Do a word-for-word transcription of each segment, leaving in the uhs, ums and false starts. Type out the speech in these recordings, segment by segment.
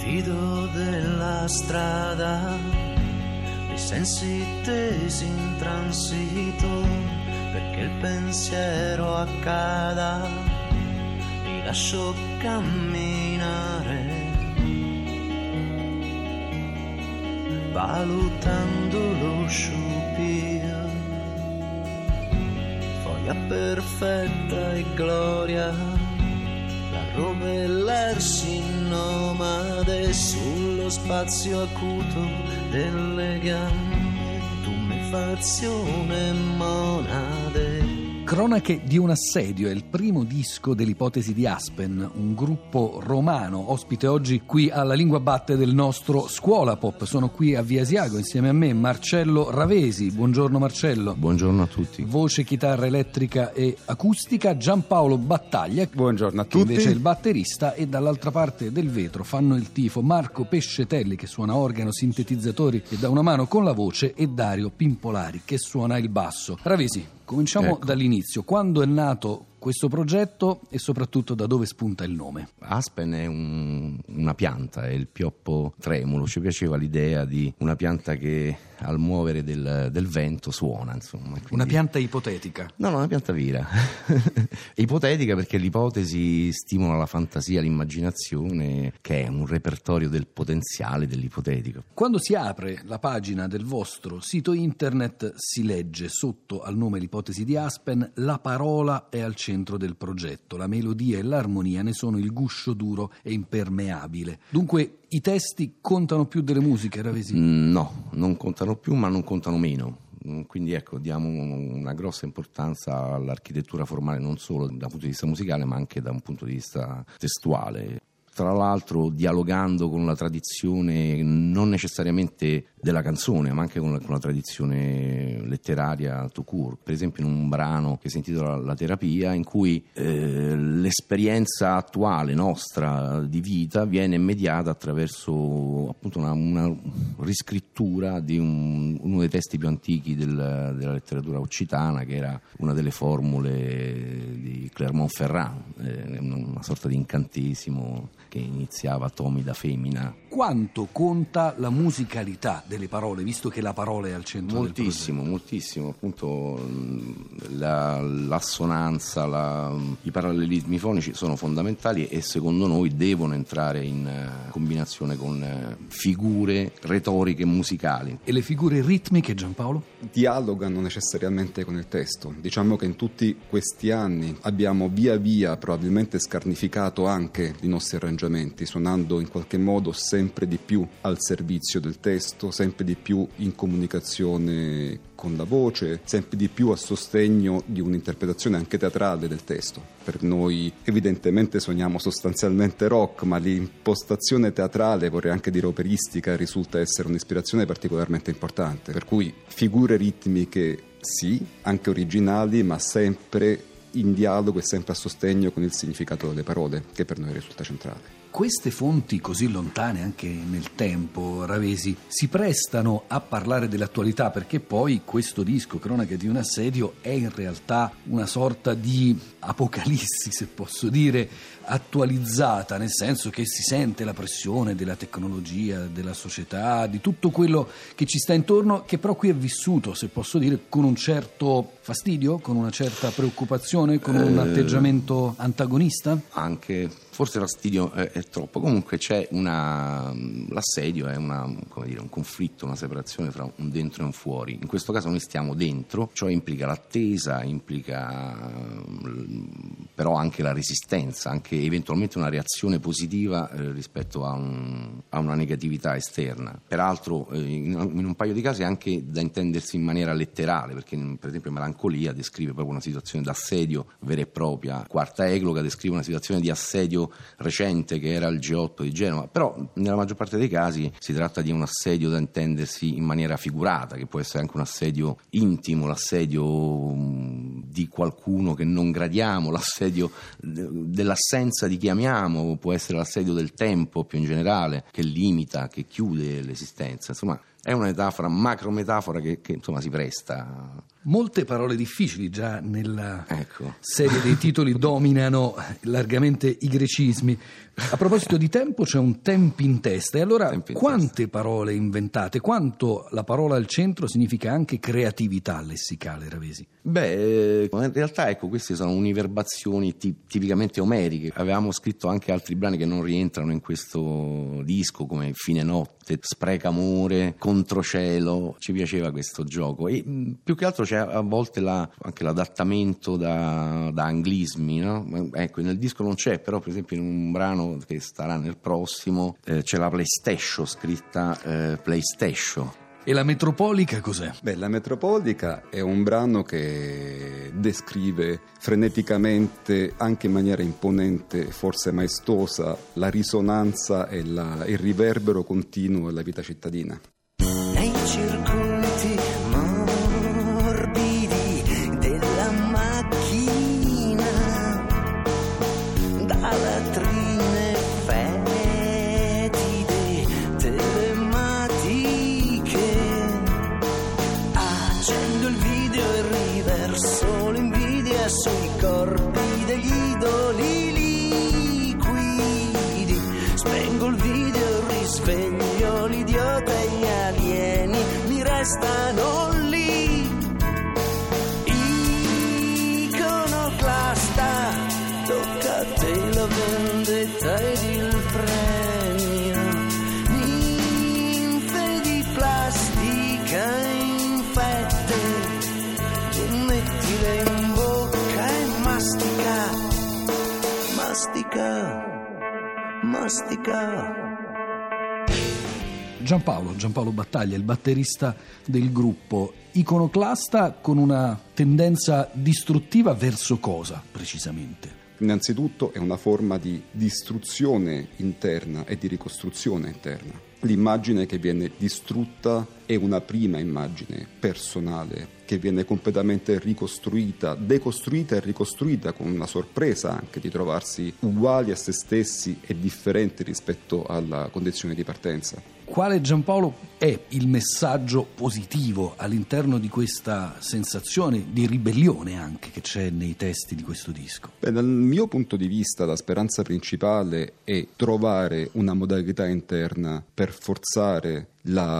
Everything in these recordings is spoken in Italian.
fido della strada, dei sensi tesi in transito, perché il pensiero accada, li lascio camminare, valutando lo sciupio, foglia perfetta e gloria, la rovellarsi nomade sullo spazio acuto delle gambe, tumefazione monade. Cronache di un assedio è il primo disco dell'Ipotesi di Aspen, un gruppo romano, ospite oggi qui alla Lingua Batte del nostro Scuola Pop. Sono qui a Via Asiago insieme a me Marcello Ravesi. Buongiorno Marcello. Buongiorno a tutti. Voce, chitarra elettrica e acustica. Giampaolo Battaglia. Buongiorno a che tutti. Invece è il batterista, e dall'altra parte del vetro fanno il tifo Marco Pescetelli, che suona organo, sintetizzatori e dà una mano con la voce, e Dario Pimpolari, che suona il basso. Ravesi, cominciamo ecco. dall'inizio. Quando è nato questo progetto e soprattutto da dove spunta il nome? Aspen è un, una pianta, è il pioppo tremulo. Ci piaceva l'idea di una pianta che al muovere del, del vento suona, insomma. Quindi... Una pianta ipotetica? No, no, una pianta vera. Ipotetica perché l'ipotesi stimola la fantasia, l'immaginazione, che è un repertorio del potenziale dell'ipotetico. Quando si apre la pagina del vostro sito internet si legge sotto al nome L'Ipotesi di Aspen: la parola è al centro del progetto, la melodia e l'armonia ne sono il guscio duro e impermeabile. Dunque i testi contano più delle musiche, Ravesi? No, non contano più, ma non contano meno. Quindi ecco, diamo una grossa importanza all'architettura formale, non solo dal punto di vista musicale ma anche da un punto di vista testuale. Tra l'altro dialogando con la tradizione non necessariamente della canzone, ma anche con la, con la tradizione letteraria tout court. Per esempio in un brano che si intitola La terapia, in cui eh, l'esperienza attuale nostra di vita viene mediata attraverso appunto una, una riscrittura di un, uno dei testi più antichi del, della letteratura occitana, che era una delle formule di Clermont-Ferrand, eh, una sorta di incantesimo che iniziava tomi da femmina. Quanto conta la musicalità delle parole, visto che la parola è al centro moltissimo, del moltissimo, appunto la, l'assonanza, la, i parallelismi fonici sono fondamentali e secondo noi devono entrare in uh, combinazione con uh, figure retoriche musicali. E le figure ritmiche, Giampaolo? Dialogano necessariamente con il testo. Diciamo che in tutti questi anni abbiamo via via probabilmente scarnificato anche i nostri arrangiamenti, suonando in qualche modo sempre di più al servizio del testo, sempre di più in comunicazione con la voce, sempre di più a sostegno di un'interpretazione anche teatrale del testo. Per noi evidentemente suoniamo sostanzialmente rock, ma l'impostazione teatrale, vorrei anche dire operistica, risulta essere un'ispirazione particolarmente importante. Per cui figure ritmiche sì, anche originali, ma sempre in dialogo e sempre a sostegno con il significato delle parole, che per noi risulta centrale. Queste fonti così lontane anche nel tempo, Ravesi, si prestano a parlare dell'attualità, perché poi questo disco, Cronache di un assedio, è in realtà una sorta di apocalissi, se posso dire, attualizzata, nel senso che si sente la pressione della tecnologia, della società, di tutto quello che ci sta intorno, che però qui è vissuto, se posso dire, con un certo fastidio, con una certa preoccupazione, con un eh, anteggiamento antagonista? Anche, forse fastidio è, è troppo. Comunque c'è una, l'assedio è una, come dire, un conflitto, una separazione tra un dentro e un fuori. In questo caso noi stiamo dentro, ciò implica l'attesa, implica però anche la resistenza, anche eventualmente una reazione positiva eh, rispetto a, un, a una negatività esterna. Peraltro eh, in, in un paio di casi anche da intendersi in maniera letterale, perché per esempio Melancolia descrive proprio una situazione d'assedio vera e propria, Quarta Egloga descrive una situazione di assedio recente che era il G otto di Genova, però nella maggior parte dei casi si tratta di un assedio da intendersi in maniera figurata, che può essere anche un assedio intimo, l'assedio di qualcuno che non gradiamo, l'assedio dell'assenza di chi amiamo, può essere l'assedio del tempo più in generale, che limita, che chiude l'esistenza. Insomma, è una metafora, macrometafora che, che insomma si presta. Molte parole difficili già nella ecco. serie dei titoli dominano largamente i grecismi. A proposito di tempo, c'è un tempo in testa. E allora, in quante testa. parole inventate? Quanto la parola al centro significa anche creatività lessicale, Ravesi? Beh, in realtà ecco, queste sono univerbazioni tip- tipicamente omeriche. Avevamo scritto anche altri brani che non rientrano in questo disco, come Fine Notte, Spreca Amore, Controcielo. Ci piaceva questo gioco e mh, più che altro c'è a volte la, anche l'adattamento da, da anglismi, no? Ecco, nel disco non c'è, però per esempio in un brano che starà nel prossimo eh, c'è la PlayStation scritta eh, PlayStation. E la metropolica cos'è? Beh, la metropolica è un brano che descrive freneticamente, anche in maniera imponente, forse maestosa, la risonanza e la, il riverbero continuo della vita cittadina. Nei circuiti morbidi della macchina, da latrine fetide telematiche, accendo il video e riverso l'invidia sui corpi degli idoli liquidi, spengo il video e risveglio l'idiota e gli alieni mi restano lì. Iconoclasta, tocca a te la vendetta ed il premio. Ninfe di plastica infette, mettile in bocca e mastica, mastica, mastica. Giampaolo, Giampaolo Battaglia, il batterista del gruppo, iconoclasta con una tendenza distruttiva verso cosa, precisamente? Innanzitutto è una forma di distruzione interna e di ricostruzione interna. L'immagine che viene distrutta è una prima immagine personale che viene completamente ricostruita, decostruita e ricostruita, con una sorpresa anche di trovarsi uguali a se stessi e differenti rispetto alla condizione di partenza. Quale, Giampaolo, è il messaggio positivo all'interno di questa sensazione di ribellione anche che c'è nei testi di questo disco? Beh, dal mio punto di vista la speranza principale è trovare una modalità interna per forzare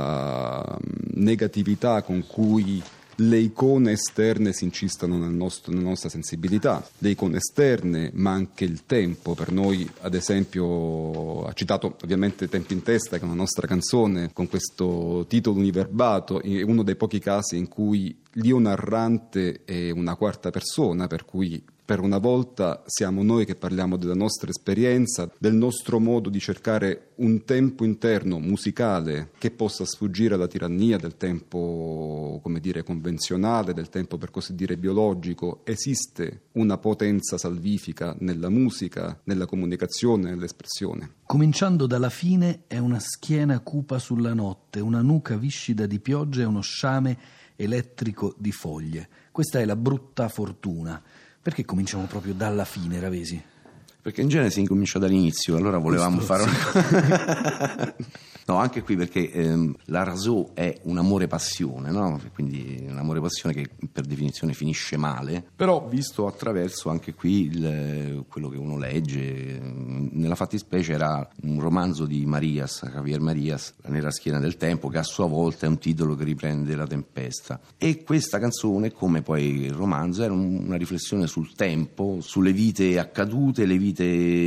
la negatività con cui le icone esterne si incistano nel nostro, nella nostra sensibilità, le icone esterne, ma anche il tempo. Per noi, ad esempio, ha citato ovviamente Tempi in Testa, che è una nostra canzone con questo titolo univerbato, è uno dei pochi casi in cui l'io narrante è una quarta persona, per cui per una volta siamo noi che parliamo della nostra esperienza, del nostro modo di cercare un tempo interno musicale che possa sfuggire alla tirannia del tempo, come dire, convenzionale, del tempo per così dire biologico. Esiste una potenza salvifica nella musica, nella comunicazione, nell'espressione. Cominciando dalla fine è una schiena cupa sulla notte, una nuca viscida di pioggia e uno sciame elettrico di foglie. Questa è la brutta fortuna. Perché cominciamo proprio dalla fine, Ravesi? Perché in genere si incomincia dall'inizio, allora volevamo Questo, fare una sì. cosa. No, anche qui perché ehm, la rasò è un amore-passione, no? Quindi un amore-passione che per definizione finisce male, però visto attraverso anche qui il, quello che uno legge. Nella fattispecie era un romanzo di Marias, Javier Marias, La nera schiena del tempo, che a sua volta è un titolo che riprende La tempesta. E questa canzone, come poi il romanzo, era un, una riflessione sul tempo, sulle vite accadute, le vite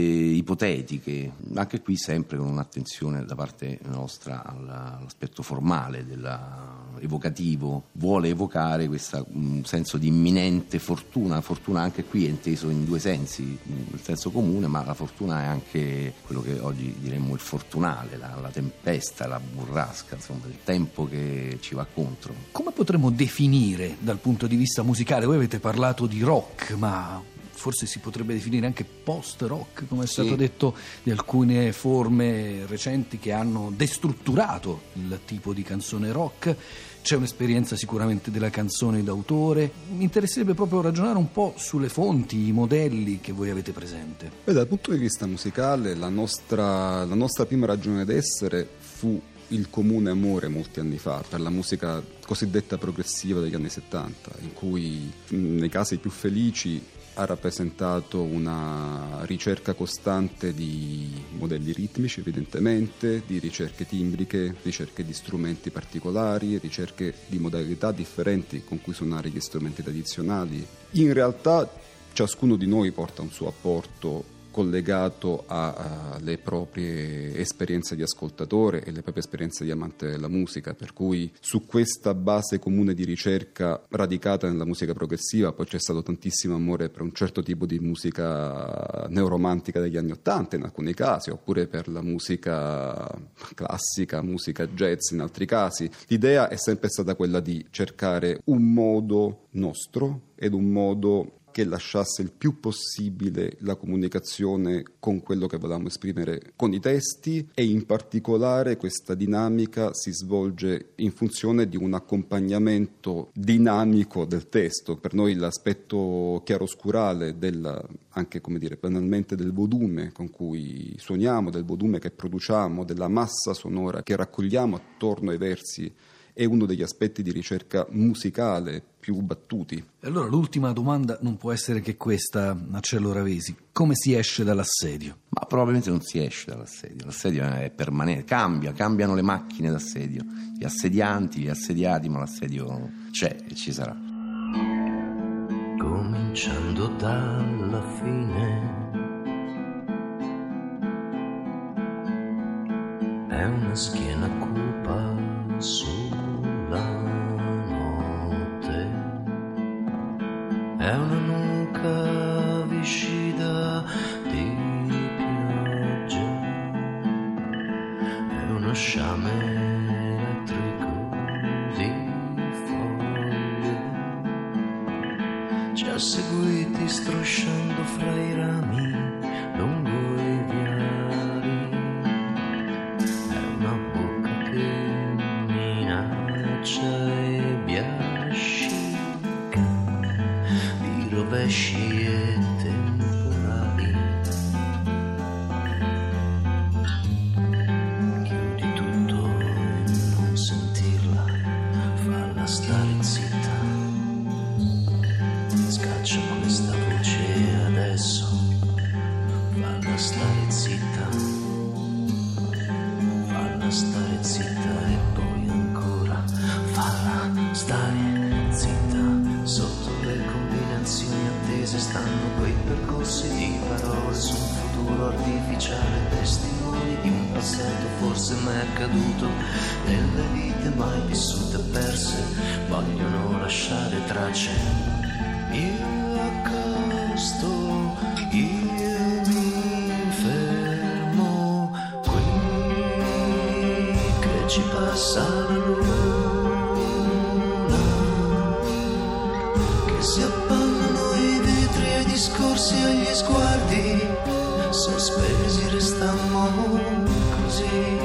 ipotetiche, anche qui sempre con un'attenzione da parte nostra all'aspetto formale, della, evocativo. Vuole evocare questo um, senso di imminente fortuna. Fortuna anche qui è inteso in due sensi, il senso comune, ma la fortuna è anche quello che oggi diremmo il fortunale, la, la tempesta, la burrasca, insomma il tempo che ci va contro. Come potremmo definire dal punto di vista musicale? Voi avete parlato di rock, ma forse si potrebbe definire anche post-rock, come è Sì. stato detto, di alcune forme recenti che hanno destrutturato il tipo di canzone rock. C'è un'esperienza sicuramente della canzone d'autore. Mi interesserebbe proprio ragionare un po' sulle fonti, i modelli che voi avete presente. Beh, dal punto di vista musicale la nostra, la nostra prima ragione d'essere fu il comune amore molti anni fa per la musica cosiddetta progressiva degli anni settanta, in cui nei casi più felici ha rappresentato una ricerca costante di modelli ritmici, evidentemente, di ricerche timbriche, ricerche di strumenti particolari, ricerche di modalità differenti con cui suonare gli strumenti tradizionali. In realtà ciascuno di noi porta un suo apporto collegato alle proprie esperienze di ascoltatore e le proprie esperienze di amante della musica, per cui su questa base comune di ricerca radicata nella musica progressiva poi c'è stato tantissimo amore per un certo tipo di musica neoromantica degli anni Ottanta in alcuni casi, oppure per la musica classica, musica jazz in altri casi. L'idea è sempre stata quella di cercare un modo nostro ed un modo che lasciasse il più possibile la comunicazione con quello che volevamo esprimere con i testi, e in particolare questa dinamica si svolge in funzione di un accompagnamento dinamico del testo. Per noi l'aspetto chiaroscurale del, anche come dire banalmente, del volume con cui suoniamo, del volume che produciamo, della massa sonora che raccogliamo attorno ai versi, è uno degli aspetti di ricerca musicale più battuti. Allora l'ultima domanda non può essere che questa, Marcello Ravesi: come si esce dall'assedio? Ma probabilmente non si esce dall'assedio, l'assedio è permanente, cambia, cambiano le macchine d'assedio, gli assedianti, gli assediati, ma l'assedio c'è e ci sarà. Cominciando dalla fine, è una schiena cupa sulla notte, è una nuca viscida di pioggia, è uno sciame elettrico di foglie, ci ha seguiti strusciando fra i rami lungo i viali, è una bocca che e biascica di rovesci e temporali. Chiudi tutto e non sentirla, falla stare zitta, scaccia questa voce adesso, falla stare zitta, falla stare zitta e poi ancora falla stare zitta. Sotto le combinazioni attese stanno quei percorsi di parole su un futuro artificiale, testimoni di un passato forse mai accaduto, delle vite mai vissute e perse, vogliono lasciare tracce. Io accosto, io mi fermo qui che ci passa la luna, che si appannano i vetri ai discorsi e agli sguardi, sospesi restammo così.